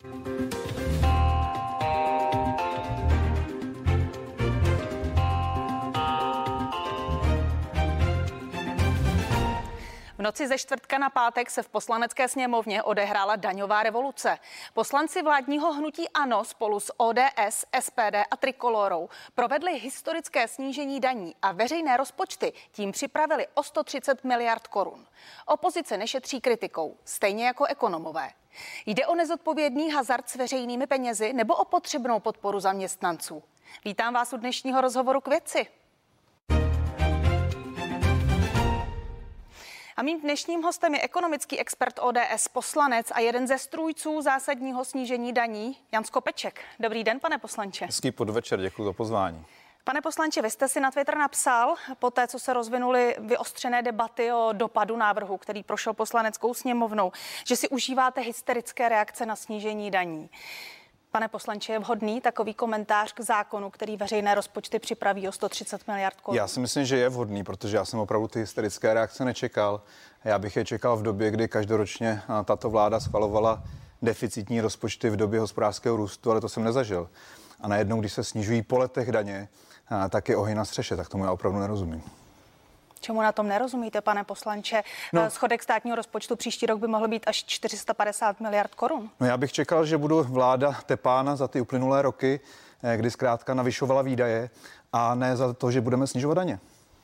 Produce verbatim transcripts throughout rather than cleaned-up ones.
V noci ze čtvrtka na pátek se v Poslanecké sněmovně odehrála daňová revoluce. Poslanci vládního hnutí ANO spolu s O D S, S P D a Trikolórou provedli historické snížení daní a veřejné rozpočty tím připravili o sto třicet miliard korun. Opozice nešetří kritikou, stejně jako ekonomové. Jde o nezodpovědný hazard s veřejnými penězi nebo o potřebnou podporu zaměstnanců? Vítám vás u dnešního rozhovoru k věci. A mým dnešním hostem je ekonomický expert O D S, poslanec a jeden ze strůjců zásadního snížení daní, Jan Skopeček. Dobrý den, pane poslanče. Hezký podvečer, děkuji za pozvání. Pane poslanče, vy jste si na Twitter napsal, po té, co se rozvinuly vyostřené debaty o dopadu návrhu, který prošel Poslaneckou sněmovnou, že si užíváte hysterické reakce na snížení daní. Pane poslanče, je vhodný takový komentář k zákonu, který veřejné rozpočty připraví o sto třicet miliard korun? Já si myslím, že je vhodný, protože já jsem opravdu ty hysterické reakce nečekal. Já bych je čekal v době, kdy každoročně tato vláda schvalovala deficitní rozpočty v době hospodářského růstu, ale to jsem nezažil. A najednou, když se snižují po letech daně, tak je oheň na střeše, tak tomu já opravdu nerozumím. Čemu na tom nerozumíte, pane poslanče? No. Schodek státního rozpočtu příští rok by mohl být až čtyři sta padesát miliard korun. No já bych čekal, že budu vláda tepána za ty uplynulé roky, kdy zkrátka navyšovala výdaje a ne za to, že budeme snižovat daně.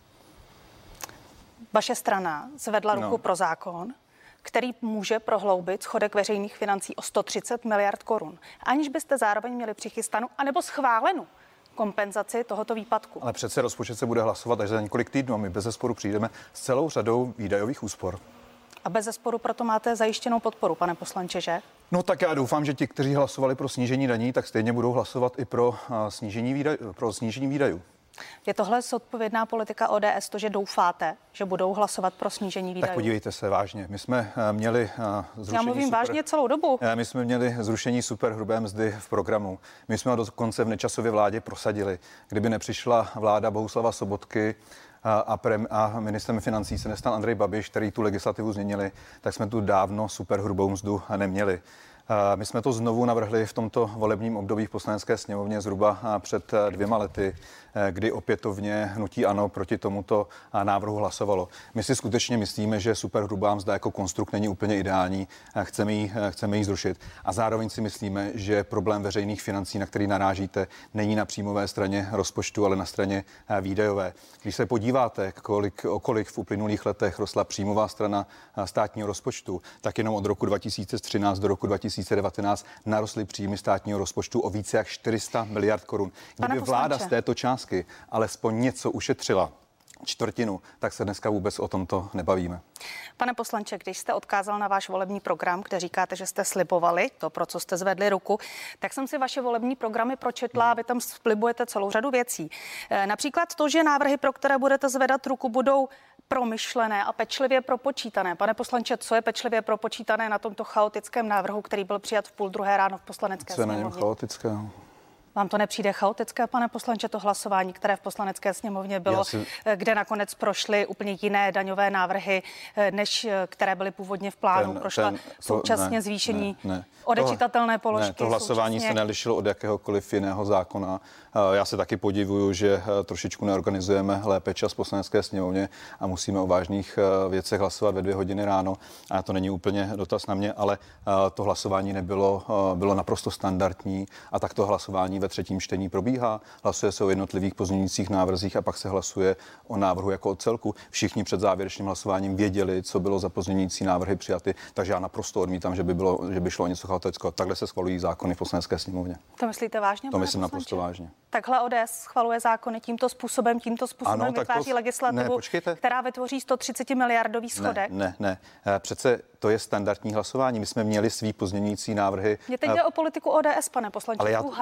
Vaše strana zvedla ruku no. pro zákon, který může prohloubit schodek veřejných financí o sto třicet miliard korun, aniž byste zároveň měli přichystanou anebo schválenu kompenzaci tohoto výpadku. Ale přece rozpočet se bude hlasovat až za několik týdnů a my bezesporu přijdeme s celou řadou výdajových úspor. A bezesporu proto máte zajištěnou podporu, pane poslanče, že? No tak já doufám, že ti, kteří hlasovali pro snížení daní, tak stejně budou hlasovat i pro snížení výdajů. Pro snížení výdajů. Je tohle zodpovědná politika O D S, to, že doufáte, že budou hlasovat pro snížení výdajů? Tak podívejte se vážně. My jsme měli zrušení Já mluvím super, vážně celou dobu. My jsme měli zrušení superhrubé mzdy v programu. My jsme ho dokonce v Nečasově vládě prosadili. Kdyby nepřišla vláda Bohuslava Sobotky a, prem, a ministrem financí se nestal Andrej Babiš, který tu legislativu změnili, tak jsme tu dávno superhrubou mzdu neměli. My jsme to znovu navrhli v tomto volebním období v Poslanecké sněmovně zhruba před dvěma lety, kdy opětovně hnutí ANO proti tomuto návrhu hlasovalo. My si skutečně myslíme, že superhrubá mzda jako konstrukt není úplně ideální, chceme ji, chceme ji zrušit. A zároveň si myslíme, že problém veřejných financí, na který narážíte, není na příjmové straně rozpočtu, ale na straně výdajové. Když se podíváte, kolik, o kolik v uplynulých letech rostla příjmová strana státního rozpočtu, tak jenom od roku dva tisíce třináct do roku dva tisíce devatenáct narostly příjmy státního rozpočtu o více jak čtyři sta miliard korun. Kdyby vláda z této částky alespoň něco ušetřila, čtvrtinu, tak se dneska vůbec o tomto nebavíme. Pane poslanče, když jste odkázal na váš volební program, kde říkáte, že jste slibovali to, pro co jste zvedli ruku, tak jsem si vaše volební programy pročetla a vy tam slibujete celou řadu věcí. Například to, že návrhy, pro které budete zvedat ruku, budou promyšlené a pečlivě propočítané. Pane poslanče, co je pečlivě propočítané na tomto chaotickém návrhu, který byl přijat v půl druhé ráno v Poslanecké sněmovně? sněmovně? Co je na něm chaotického? Vám to nepřijde chaotické, pane poslanče, to hlasování, které v Poslanecké sněmovně bylo, si... kde nakonec prošly úplně jiné daňové návrhy, než které byly původně v plánu. Ten, Prošla ten, to, současně ne, zvýšení ne, ne. odečitatelné položky. Ne, to hlasování současně... se nelišilo od jakéhokoliv jiného zákona. Já se taky podivuju, že trošičku neorganizujeme lépe čas v Poslanecké sněmovně a musíme o vážných věcech hlasovat ve dvě hodiny ráno. A to není úplně dotaz na mě, ale to hlasování nebylo bylo naprosto standardní a tak to hlasování ve třetím čtení probíhá. Hlasuje se o jednotlivých pozměňujících návrzích a pak se hlasuje o návrhu jako o celku. Všichni před závěrečným hlasováním věděli, co bylo za pozměňující návrhy přijaty, takže já naprosto odmítám, že by bylo, že by šlo o něco chaotického. Takhle se schvalují zákony v Poslanecké sněmovně. To myslíte vážně? To myslím naprosto vážně. Takhle O D S schvaluje zákony tímto způsobem, tímto způsobem ano, vytváří to... legislativu, ne, která vytvoří sto třicet miliardový schodek. Ne, ne, ne. Přece to je standardní hlasování. My jsme měli svý pozměňující návrhy. Mně teď jde o politiku O D S, pane poslanče. Ale já, no, no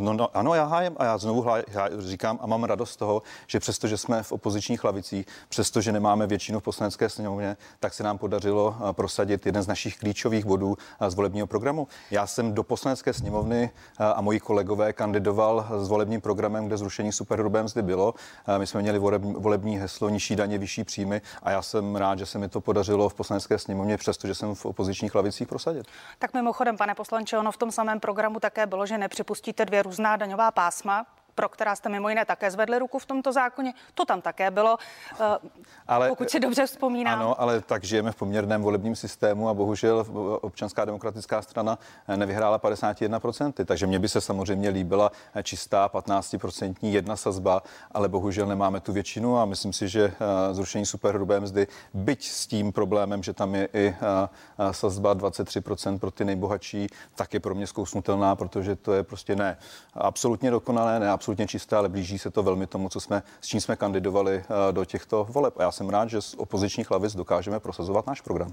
no, no, ano, já hájem a já znovu há, já říkám a mám radost z toho, že přesto, že jsme v opozičních lavicích, přesto, že nemáme většinu v poslanecké sněmovně, tak se nám podařilo prosadit jeden z našich klíčových bodů z volebního programu. Já jsem do poslanecké sněmovny a moji kolegové kandidoval s volebním programem, kde zrušení superhrubé mzdy bylo. My jsme měli volební, volební heslo nižší daně, vyšší příjmy a já jsem rád, že se mi to podařilo v poslanecké sněmovně, přesto, že jsem v opozičních lavicích prosadit. Tak mimochodem, pane poslanče, ono v tom samém programu také bylo, že nepřipustíte dvě různá daňová pásma, pro která jste mimo jiné také zvedli ruku v tomto zákoně. To tam také bylo, ale, pokud si dobře vzpomínám. Ano, ale tak žijeme v poměrném volebním systému a bohužel Občanská demokratická strana nevyhrála padesát jedna procent. Takže mně by se samozřejmě líbila čistá patnáctiprocentní jedna sazba, ale bohužel nemáme tu většinu a myslím si, že zrušení superhrubé mzdy, byť s tím problémem, že tam je i sazba dvacet tři procent pro ty nejbohatší, tak je pro mě zkousnutelná, protože to je prostě ne absolutně dokonalé, ne absolutně čisté, ale blíží se to velmi tomu, co jsme, s čím jsme kandidovali do těchto voleb. A já jsem rád, že z opozičních lavic dokážeme prosazovat náš program.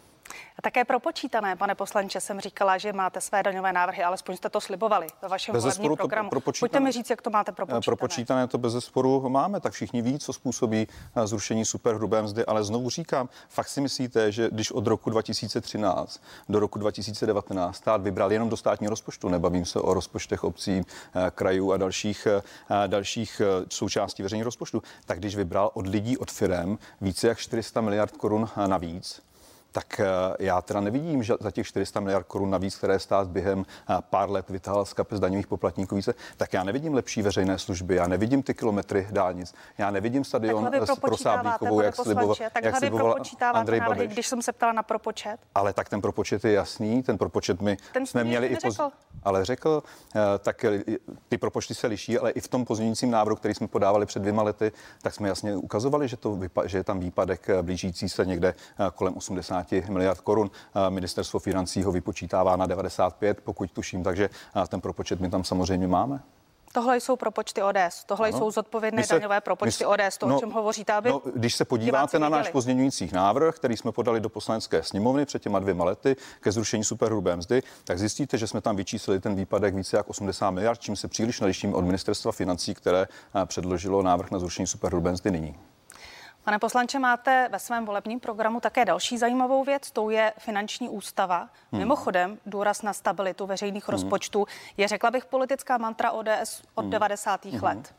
A také propočítané, pane poslanče, jsem říkala, že máte své daňové návrhy, alespoň jste to slibovali ve vašem volebním programu. Pojďte mi říct, jak to máte propočítané. Propočítané to bezesporu máme, tak všichni ví, co způsobí zrušení superhrubé mzdy, ale znovu říkám, fakt si myslíte, že když od roku dva tisíce třináct do roku dva tisíce devatenáct stát vybral jenom do státního rozpočtu, nebavím se o rozpočtech obcí, krajů a dalších, dalších součástí veřejných rozpočtů, tak když vybral od lidí, od firem více jak čtyři sta miliard korun navíc, tak já teda nevidím, že za těch čtyři sta miliard korun navíc, které stát během pár let vytáhl z kapes daňových poplatníků více, tak já nevidím lepší veřejné služby, já nevidím ty kilometry dálnic, já nevidím stadion pro Sáblíkovou, jak sliboval, jak sliboval Andrej Babiš. Když jsem se ptala na propočet. Ale tak ten propočet je jasný, ten propočet my ten jsme měli i poz... ale řekl, tak ty propočty se liší, ale i v tom pozměňujícím návrhu, který jsme podávali před dvěma lety, tak jsme jasně ukazovali, že, to vypa... že je tam výpadek blížící se někde kolem osmdesát miliard korun. Ministerstvo financí ho vypočítává na devadesát pět, pokud tuším, takže ten propočet my tam samozřejmě máme. Tohle jsou propočty O D S, tohle ano. jsou zodpovědné se, daňové propočty my, O D S, to, no, o čem hovoříte, aby no, když se podíváte na náš pozměňující návrh, který jsme podali do poslanecké sněmovny před těma dvěma lety ke zrušení superhrubé mzdy, tak zjistíte, že jsme tam vyčíslili ten výpadek více jak osmdesát miliard, čím se příliš nelišíme od ministerstva financí, které předložilo návrh na zrušení superhrubé mzdy nyní. Pane poslanče, máte ve svém volebním programu také další zajímavou věc, to je finanční ústava. Hmm. Mimochodem, důraz na stabilitu veřejných hmm. rozpočtů je, řekla bych, politická mantra O D S od hmm. devadesátých Hmm. let.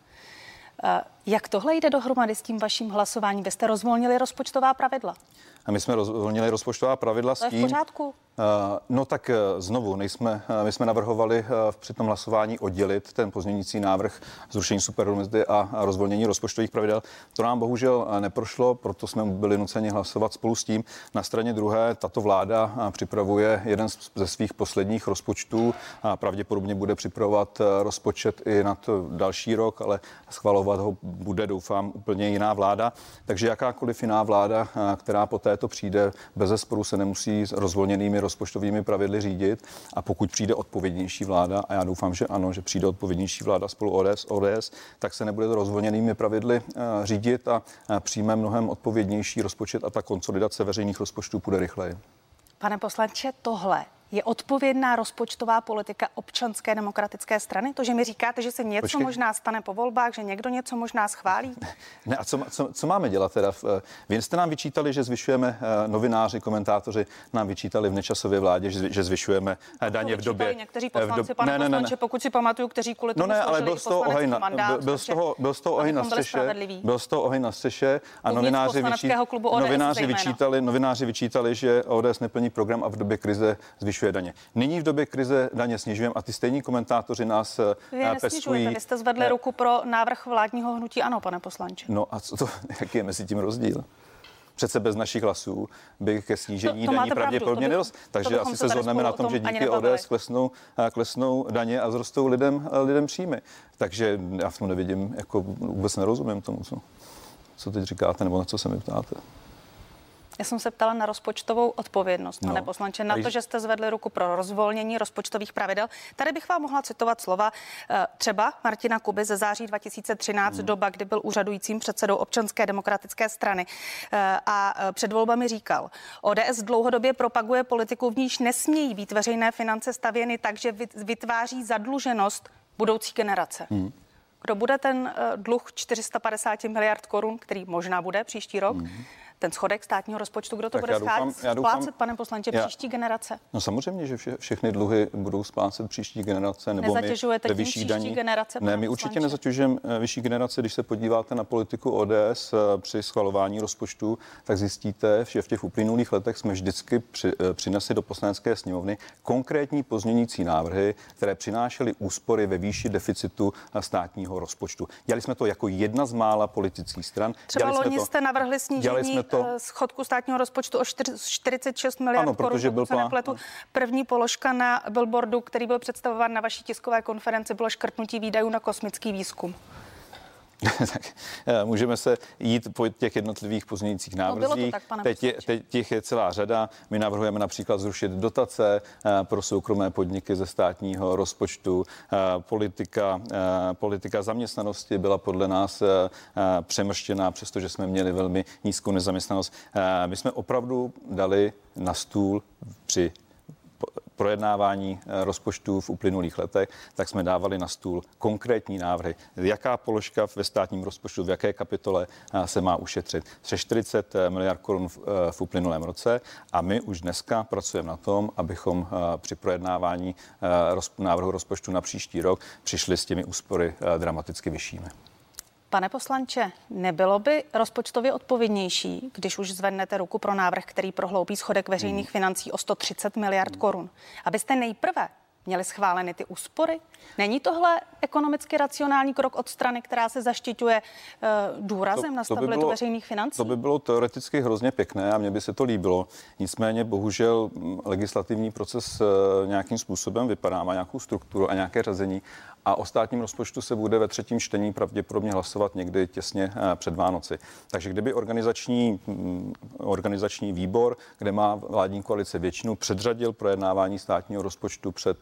Jak tohle jde dohromady s tím vaším hlasováním? Vy jste rozvolnili rozpočtová pravidla. A my jsme rozvolnili rozpočtová pravidla s tím. To je v pořádku? No tak znovu, nejsme, my jsme navrhovali při tom hlasování oddělit ten pozměňující návrh zrušení superhrubé mzdy a rozvolnění rozpočtových pravidel. To nám bohužel neprošlo, proto jsme byli nuceni hlasovat spolu s tím. Na straně druhé tato vláda připravuje jeden ze svých posledních rozpočtů a pravděpodobně bude připravovat rozpočet i na to další rok, ale schvalovat ho bude, doufám, úplně jiná vláda. Takže jakákoliv jiná vláda, která po této přijde, bezesporu se nemusí s rozvolněnými rozpočtovými pravidly řídit, a pokud přijde odpovědnější vláda, a já doufám, že ano, že přijde odpovědnější vláda spolu O D S, O D S, tak se nebude to rozvolněnými pravidly uh, řídit a uh, přijme mnohem odpovědnější rozpočet a ta konsolidace veřejných rozpočtů půjde rychleji. Pane poslanče, tohle je odpovědná rozpočtová politika Občanské demokratické strany? To, že mi říkáte, že se něco Počkej. možná stane po volbách, že někdo něco možná schválí? Ne, a co, co, co máme dělat teda? Vy jste nám vyčítali, že zvyšujeme, novináři, komentátoři nám vyčítali v Nečasově vládě, že, že zvyšujeme daně v době... Někteří poslanci, v dob... pane ne, poslanče, ne, ne. pokud si pamatuju, kteří kvůli tomu no ne, ale byl z toho oheň na, mandát, byl z toho, byl z toho oheň na střeše, byl z toho oheň na střeše a novináři, vyčí, novináři, vyčítali, novináři vyčítali, že O D S neplní program a v době krize zvyšuje daně. Nyní v době krize daně snižujeme a ty stejní komentátoři nás peskují. Vy jste zvedli ruku pro návrh vládního hnutí ANO, pane poslanče. No a co to, jaký je mezi tím rozdíl? Přece bez našich hlasů by ke snížení to, to daní pravděpodobně nedost. Takže asi se shodneme na tom, že díky O D S klesnou, klesnou daně a zrostou lidem, lidem příjmy. Takže já v tom nevidím, jako vůbec nerozumím tomu, co, co teď říkáte, nebo na co se mi ptáte. Já jsem se ptala na rozpočtovou odpovědnost, pane no. poslanče, na to, že jste zvedli ruku pro rozvolnění rozpočtových pravidel. Tady bych vám mohla citovat slova třeba Martina Kuby ze září dva tisíce třináct, hmm. doba, kdy byl úřadujícím předsedou Občanské demokratické strany. A před volbami říkal, O D S dlouhodobě propaguje politiku, v níž nesmějí být veřejné finance stavěny tak, že vytváří zadluženost budoucí generace. Hmm. Kdo bude ten dluh čtyři sta padesát miliard korun, který možná bude příští rok, hmm. ten schodek státního rozpočtu, kdo to tak bude já doufám, splácet, doufám, pane poslanče, já, příští generace? No samozřejmě, že vše, všechny dluhy budou splácet příští generace, nebo my ve vyšší daní. Generace, ne, my určitě nezatěžujeme vyšší generace. Když se podíváte na politiku O D S při schvalování rozpočtu, tak zjistíte, že v těch uplynulých letech jsme vždycky při, přinesli do Poslanecké sněmovny konkrétní pozměňující návrhy, které přinášely úspory ve výši deficitu státního rozpočtu. Dělali jsme to jako jedna z mála politických stran. Třeba loni jste navrhli snížení to... schodku státního rozpočtu o čtyřicet šest miliard ano, korun, byl se nepletu. První položka na billboardu, který byl představován na vaší tiskové konferenci, bylo škrtnutí výdajů na kosmický výzkum. Tak můžeme se jít po těch jednotlivých pozměňujících návrzích. No, teď, je, teď těch je celá řada. My navrhujeme například zrušit dotace pro soukromé podniky ze státního rozpočtu. Politika, politika zaměstnanosti byla podle nás přemrštěná, přestože jsme měli velmi nízkou nezaměstnanost. My jsme opravdu dali na stůl při projednávání rozpočtu v uplynulých letech, tak jsme dávali na stůl konkrétní návrhy, jaká položka ve státním rozpočtu, v jaké kapitole se má ušetřit. Přes čtyřicet miliard korun v, v uplynulém roce a my už dneska pracujeme na tom, abychom při projednávání návrhu rozpočtu na příští rok přišli s těmi úspory dramaticky vyššími. Pane poslanče, nebylo by rozpočtově odpovědnější, když už zvednete ruku pro návrh, který prohloubí schodek veřejných hmm. financí o sto třicet miliard korun, abyste nejprve měli schváleny ty úspory? Není tohle ekonomicky racionální krok od strany, která se zaštiťuje uh, důrazem to, na stabilitu to by bylo, veřejných financí? To by bylo teoreticky hrozně pěkné a mně by se to líbilo. Nicméně bohužel legislativní proces uh, nějakým způsobem vypadá, má nějakou strukturu a nějaké řazení. A o státním rozpočtu se bude ve třetím čtení pravděpodobně hlasovat někdy těsně před Vánoci. Takže kdyby organizační, organizační výbor, kde má vládní koalice většinu, předřadil projednávání státního rozpočtu před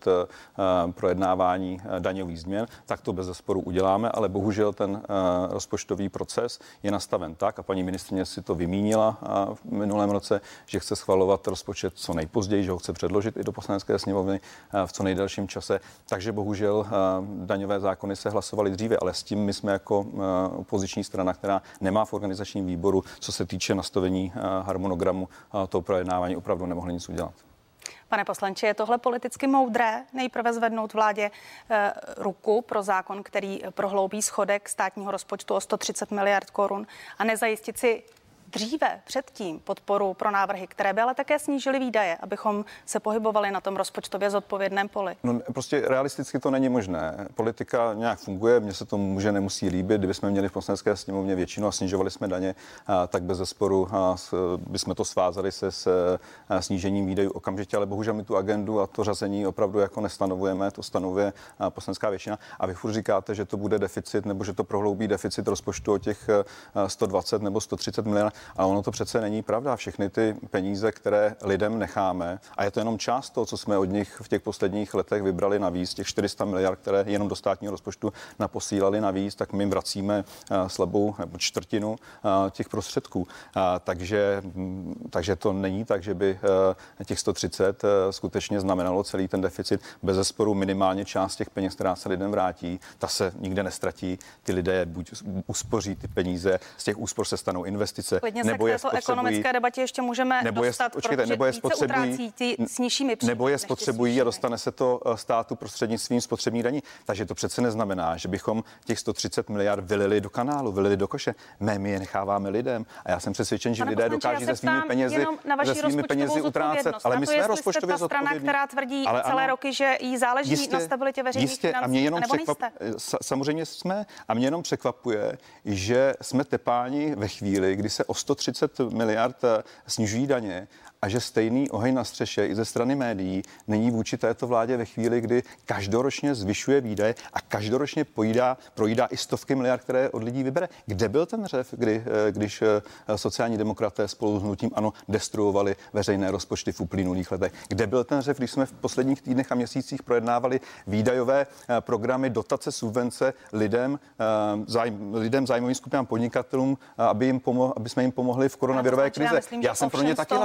projednávání daňových změn, tak to bezesporu uděláme, ale bohužel ten rozpočtový proces je nastaven tak, a paní ministryně si to vymínila v minulém roce, že chce schvalovat rozpočet co nejpozději, že ho chce předložit i do Poslanecké sněmovny v co nejdelším čase. Takže bohužel daňové zákony se hlasovaly dříve, ale s tím my jsme jako uh, opoziční strana, která nemá v organizačním výboru, co se týče nastavení uh, harmonogramu uh, toho projednávání, opravdu nemohli nic udělat. Pane poslanče, je tohle politicky moudré nejprve zvednout vládě e, ruku pro zákon, který prohloubí schodek státního rozpočtu o sto třicet miliard korun a nezajistit si dříve předtím podporu pro návrhy, které by ale také snížily výdaje, abychom se pohybovali na tom rozpočtově zodpovědném poli? No, prostě realisticky to není možné. Politika nějak funguje, mně se to může nemusí líbit. Kdybychom měli v Poslanecké sněmovně většinu a snižovali jsme daně, a, tak bez zesporu a, s, bychom to svázali se s a, snížením výdajů okamžitě, ale bohužel my tu agendu a to řazení opravdu jako nestanovujeme, to stanovuje a, poslanecká většina. A vy furt říkáte, že to bude deficit nebo že to prohloubí deficit rozpočtu o těch a, sto dvacet nebo sto třicet miliard. A ono to přece není pravda. Všechny ty peníze, které lidem necháme, a je to jenom část toho, co jsme od nich v těch posledních letech vybrali navíc, těch čtyři sta miliard, které jenom do státního rozpočtu naposílali navíc, tak my jim vracíme slabou nebo čtvrtinu těch prostředků. Takže, takže to není tak, že by těch sto třicet skutečně znamenalo celý ten deficit. Bezesporu minimálně část těch peněz, která se lidem vrátí, ta se nikde nestratí. Ty lidé buď uspoří ty peníze, z těch úspor se stanou investice. Klidně se nebo k této ekonomické debatě ještě můžeme nebo je, dostat, počkejte, protože nebo je více spotřebují, utrácí ty s nižšími příjmy. Nebo je spotřebují a dostane se to státu prostřednictvím spotřební daní. Takže to přece neznamená, že bychom těch sto třicet miliard vylili do kanálu, vylili do koše. Ne, my je necháváme lidem. A já jsem přesvědčen, že lidé dokáží se svými penězi, ze svými penězi utrácet. Ale my jsme rozpočtově zodpovědní. Strana, která tvrdí ale celé ano, roky, že jí záleží jistě, na stabilitě veřejných jistě, financí, a mě jenom nebo překvap, samozřejmě jsme. A mě jenom překvapuje, že jsme tepáni ve chvíli, kdy se o sto třicet miliard snižují daně a že stejný oheň na střeše i ze strany médií není vůči této vládě ve chvíli, kdy každoročně zvyšuje výdaje a každoročně pojídá, projídá i stovky miliard, které od lidí vybere. Kde byl ten řev, kdy, když sociální demokraté spolu s hnutím ANO destruovali veřejné rozpočty v uplynulých letech? Kde byl ten řev, když jsme v posledních týdnech a měsících projednávali výdajové programy, dotace, subvence lidem, zájm, lidem zájmovým skupinám podnikatelům, aby, jim pomo- aby jsme jim pomohli v koronavirové krize? Já, myslím, já jsem pro ně taky hlasoval.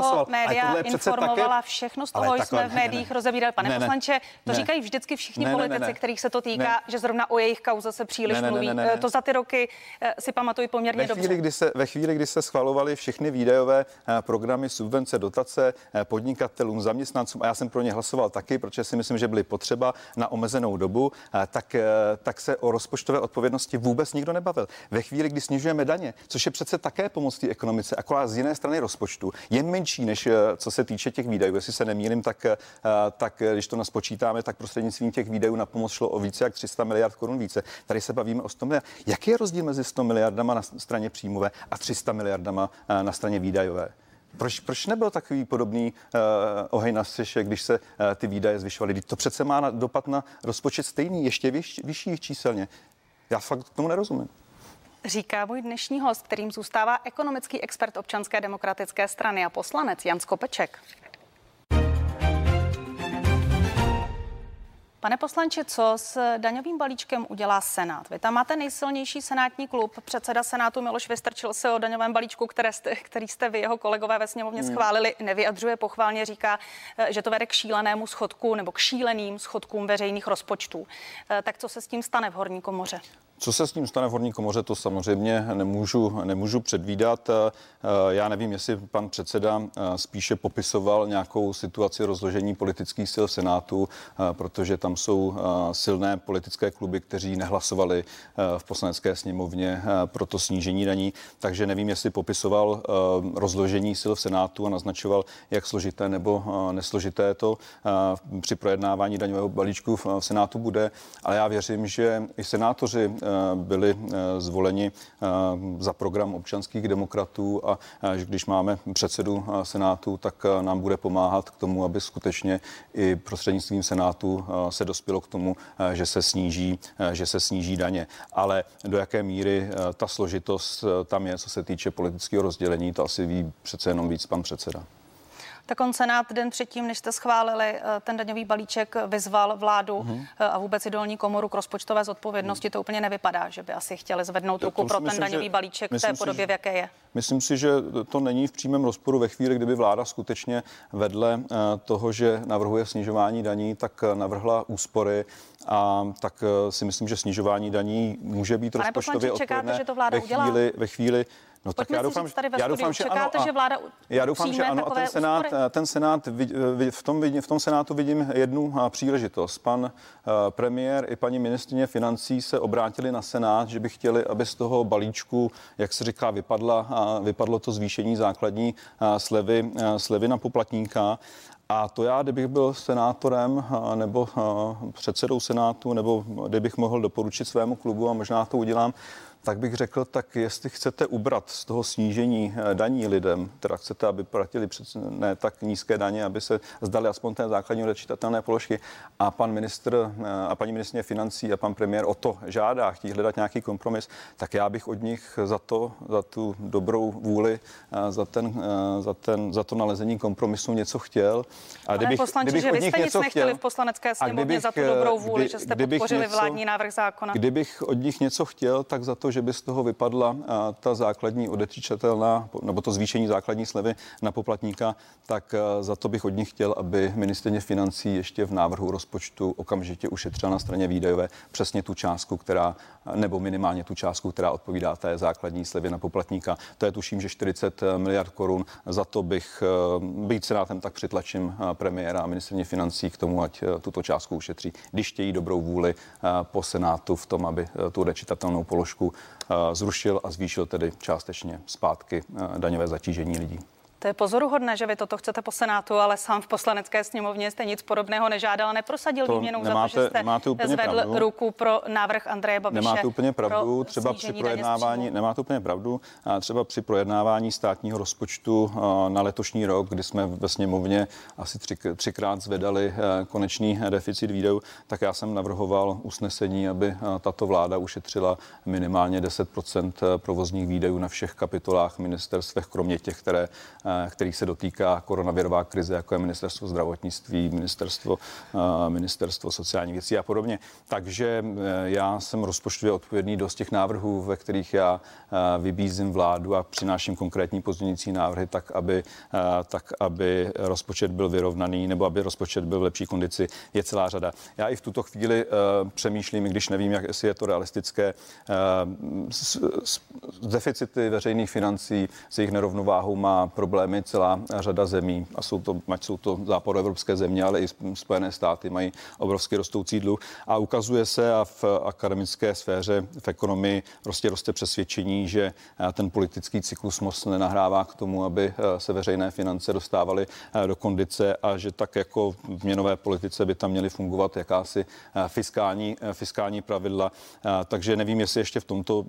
média informovala, také... všechno z toho ale jsme takhle, v médiích ne, ne. rozebírali. Pane ne, poslanče, to ne, říkají vždycky všichni ne, politici, ne, ne, kterých se to týká, ne, že zrovna o jejich kauze se příliš ne, ne, mluví. Ne, ne, ne, ne. To za ty roky si pamatuju poměrně ve chvíli, dobře. Kdy se, ve chvíli, kdy se schvalovaly všechny výdajové programy, subvence, dotace podnikatelům, zaměstnancům, a já jsem pro ně hlasoval taky, protože si myslím, že byly potřeba na omezenou dobu, tak, tak se o rozpočtové odpovědnosti vůbec nikdo nebavil. Ve chvíli, kdy snižujeme daně, což je přece také pomoc té ekonomice, akorát z jiné strany rozpočtu, je menší, než co se týče těch výdajů. Jestli se nemýlím, tak, tak když to naspočítáme, tak prostřednictvím těch výdajů na pomoc šlo o více jak tři sta miliard korun více. Tady se bavíme o sto miliard. Jaký je rozdíl mezi sto miliardama na straně příjmové a tři sta miliardama na straně výdajové? Proč, proč nebyl takový podobný uh, ohej na střeše, když se uh, ty výdaje zvyšovaly? To přece má na, dopad na rozpočet stejný, ještě vyš, vyšší číselně. Já fakt tomu nerozumím. Říká můj dnešní host, kterým zůstává ekonomický expert Občanské demokratické strany a poslanec Jan Skopeček. Pane poslanče, co s daňovým balíčkem udělá Senát? Vy tam máte nejsilnější senátní klub. Předseda Senátu Miloš Vystrčil se o daňovém balíčku, které jste, který jste vy, jeho kolegové ve sněmovně schválili, nevyjadřuje pochválně, říká, že to vede k šílenému schodku nebo k šíleným schodkům veřejných rozpočtů. Tak co se s tím stane v horní komoře? Co se s tím stane v horní komoře, to samozřejmě nemůžu, nemůžu předvídat. Já nevím, jestli pan předseda spíše popisoval nějakou situaci rozložení politických sil v Senátu, protože tam jsou silné politické kluby, kteří nehlasovali v Poslanecké sněmovně pro to snížení daní. Takže nevím, jestli popisoval rozložení sil v Senátu a naznačoval, jak složité nebo nesložité to při projednávání daňového balíčku v Senátu bude. Ale já věřím, že i senátoři byli zvoleni za program občanských demokratů a že když máme předsedu Senátu, tak nám bude pomáhat k tomu, aby skutečně i prostřednictvím Senátu se dospělo k tomu, že se sníží, že se sníží daně. Ale do jaké míry ta složitost tam je, co se týče politického rozdělení, to asi ví přece jenom víc pan předseda. Tak on Senát den předtím, než jste schválili ten daňový balíček, vyzval vládu uh-huh. a vůbec i dolní komoru k rozpočtové zodpovědnosti. To úplně nevypadá, že by asi chtěli zvednout ruku pro myslím, ten daňový balíček v té podobě, v jaké je. Myslím si, že to není v přímém rozporu ve chvíli, kdyby vláda skutečně vedle toho, že navrhuje snižování daní, tak navrhla úspory a tak si myslím, že snižování daní může být Pane rozpočtově poslanče, odpovědné čekáte, že to vláda ve chvíli, ve chvíli No tak já doufám, já doufám, že ano. Že vláda já doufám, že ano. A ten senát, ten senát v tom, v tom senátu vidím jednu příležitost. Pan premiér i paní ministryně financí se obrátili na senát, že by chtěli, aby z toho balíčku, jak se říká, vypadla, vypadlo to zvýšení základní slevy, slevy na poplatníka. A to já, kdybych byl senátorem nebo předsedou senátu, nebo kdybych mohl doporučit svému klubu, a možná to udělám, tak bych řekl, tak jestli chcete ubrat z toho snížení daní lidem, teda chcete, aby platili před, ne tak nízké daně, aby se zdali aspoň té základní odečitatelné položky, a pan ministr a paní ministryně financí a pan premiér o to žádá, chtějí hledat nějaký kompromis, tak já bych od nich za to, za tu dobrou vůli, za, ten, za, ten, za to nalezení kompromisu něco chtěl. A kdybych, Pane poslanče, kdybych že vy jste nic nechtěli v Poslanecké sněmovně za tu dobrou vůli, kdy, že jste podpořili něco, vládní návrh zákona. Kdybych od nich něco chtěl, tak za to, že by z toho vypadla a, ta základní odečitatelná, nebo to zvýšení základní slevy na poplatníka, tak a, za to bych od nich chtěl, aby ministryně financí ještě v návrhu rozpočtu okamžitě ušetřila na straně výdajové přesně tu částku, která, nebo minimálně tu částku, která odpovídá té základní slevě na poplatníka. To je tuším, že čtyřicet miliard korun. Za to bych, být senátem, tak přitlačím premiéra a ministryně financí k tomu, ať tuto částku ušetří, když chtějí dobrou vůli po Senátu v tom, aby tu odečitatelnou položku zrušil a zvýšil tedy částečně zpátky daňové zatížení lidí. To je pozoruhodné, že vy toto chcete po Senátu, ale sám v Poslanecké sněmovně jste nic podobného nežádal a neprosadil to výměnou nemáte, za to, že jste zvedl pravdu. ruku pro návrh Andreje Babiše. Nemáte úplně pravdu, třeba při projednávání, nemáte úplně pravdu, třeba při projednávání státního rozpočtu na letošní rok, kdy jsme ve sněmovně asi tři, třikrát zvedali konečný deficit výdajů, tak já jsem navrhoval usnesení, aby tato vláda ušetřila minimálně deset procent provozních výdajů na všech kapitolách ministerstvech, kromě těch, které který se dotýká koronavirová krize, jako je ministerstvo zdravotnictví, ministerstvo, ministerstvo sociálních věcí a podobně. Takže já jsem rozpočtově odpovědný do těch návrhů, ve kterých já vybízím vládu a přináším konkrétní pozměňující návrhy, tak aby, tak aby rozpočet byl vyrovnaný nebo aby rozpočet byl v lepší kondici, je celá řada. Já i v tuto chvíli uh, přemýšlím, když nevím, jak, jestli je to realistické, uh, s, s, s deficity veřejných financí, s jejich nerovnováhou má problémy celá řada zemí a jsou to, ať jsou to západoevropské země, ale i Spojené státy mají obrovský rostoucí dluh a ukazuje se a v akademické sféře, v ekonomii prostě roste přesvědčení, že ten politický cyklus moc nenahrává k tomu, aby se veřejné finance dostávaly do kondice a že tak jako v měnové politice by tam měly fungovat jakási fiskální, fiskální pravidla. Takže nevím, jestli ještě v tomto,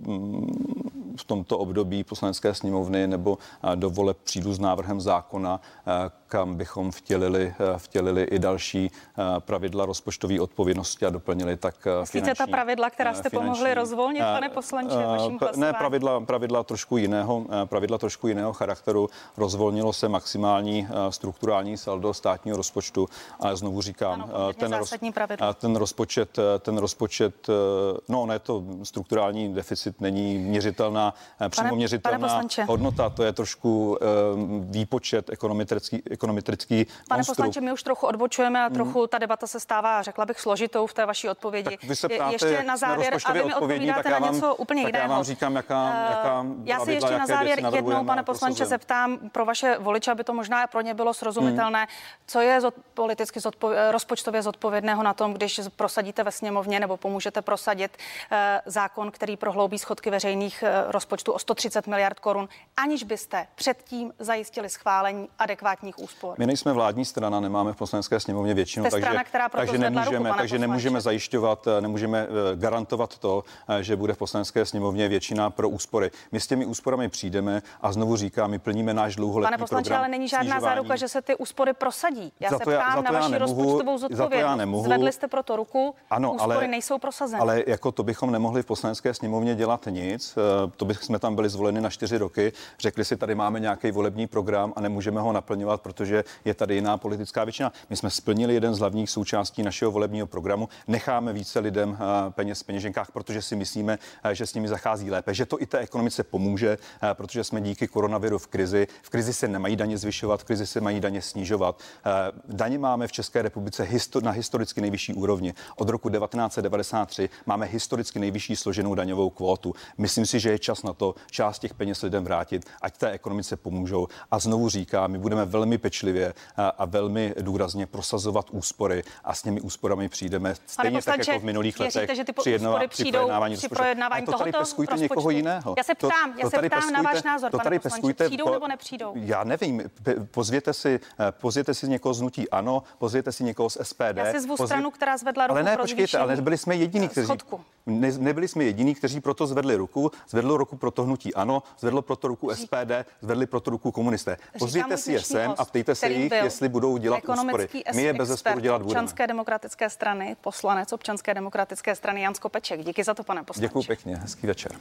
v tomto období Poslanecké sněmovny nebo do voleb přijdu s návrhem zákona, kam bychom vtělili, vtělili i další pravidla rozpočtové odpovědnosti a doplnili tak finanční. Myslíte ta pravidla, která jste finanční, pomohli rozvolnit, pane poslanče, vaším hlasováním? Ne, pravidla, pravidla trošku jiného, pravidla trošku jiného charakteru. Rozvolnilo se maximální strukturální saldo státního rozpočtu, ale znovu říkám, ano, ten, roz, ten rozpočet, ten rozpočet, no ne, to strukturální deficit není měřitelná, přímo pane, měřitelná pane hodnota, to je trošku um, výpočet ekonometrický, ekonometrický Pane monstru. poslanče, my už trochu odbočujeme a trochu hmm. ta debata se stává, řekla bych, složitou v té vaší odpovědi. Tak vy se ptáte, ještě na závěr, a vy mi odpovídáte na vám, něco úplně jiného. Já vám říkám, jaká, jaká Já si ještě na závěr jednou, pane poslanče, zeptám pro vaše voliče, aby to možná pro ně bylo srozumitelné. Hmm. Co je zod, politicky zodpově, rozpočtově zodpovědného na tom, když prosadíte ve sněmovně nebo pomůžete prosadit eh, zákon, který prohloubí schodky veřejných eh, rozpočtů o sto třicet miliard korun, aniž byste předtím zajistili schválení adekvátních úspor? My nejsme vládní strana, nemáme v Poslanecké sněmovně většinu, Jste takže, strana, která takže nemůžeme, ruku, takže nemůžeme zajišťovat, nemůžeme garantovat to, že bude v Poslanecké sněmovně většina pro úspory. My s těmi úsporami přijdeme a znovu říkám, my plníme náš dlouholetý program. Pane poslanče, ale není žádná snižování. záruka, že se ty úspory prosadí. Já za se to já, ptám za to na vaši nemohu, rozpočtovou zodpovědnost. Zvedli jste pro to ruku, ano, úspory ale, nejsou prosazeny. Ale jako to bychom nemohli v Poslanecké sněmovně dělat nic. To bychom tam byli zvoleni na čtyři roky. Řekli si, tady máme nějaký volební program a nemůžeme ho naplňovat, protože je tady jiná politická většina. My jsme splnili jeden z hlavních součástí našeho volebního programu. Necháme více lidem peněz v peněženkách, protože si myslíme, že s nimi zachází lépe, že to i té ekonomice pomůže, protože jsme díky koronaviru v krizi. V krizi se nemají daně zvyšovat, v krizi se mají daně snižovat. Daně máme v České republice na historicky nejvyšší úrovni. Od roku devatenáct set devadesát tři máme historicky nejvyšší složenou daňovou kvótu. Myslím si, že je čas na to část těch peněz lidem vrátit, ať té ekonomice pomůžou. A znovu říkám, my budeme velmi pečlivě a velmi důrazně prosazovat úspory a s těmi úsporami přijdeme stejně poslanče, tak jako v minulých letech. Věříte, že ty při úspory přijdou projednávání při projednávání to tady peskujte někoho jiného. Já se ptám, já se ptám na váš názor, pane poslanče, přijdou nebo nepřijdou? Já nevím, pozvěte si, pozvěte si někoho z hnutí ANO, pozvěte si někoho z S P D. Já si zvu pozvě... stranu, která zvedla ruku ale ne, pro počkejte, ale nebyli jsme jediní, kteří ne, nebyli jsme jediní, kteří proto zvedli ruku, zvedlo ruku pro to hnutí ANO, zvedlo pro to ruku S P D, zvedli pro to ruku komunisté. Pozvěte si je sem a ptejte se jich, jestli budou dělat úspory. My je bezesporu dělat budeme. Občanské demokratické strany, poslanec Občanské demokratické strany Jan Skopeček. Díky za to, pane poslanče. Děkuji pěkně, hezký večer.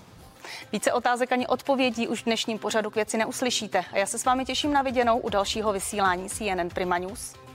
Více otázek ani odpovědí už v dnešním pořadu K věci neuslyšíte. A já se s vámi těším na viděnou u dalšího vysílání C N N Prima News.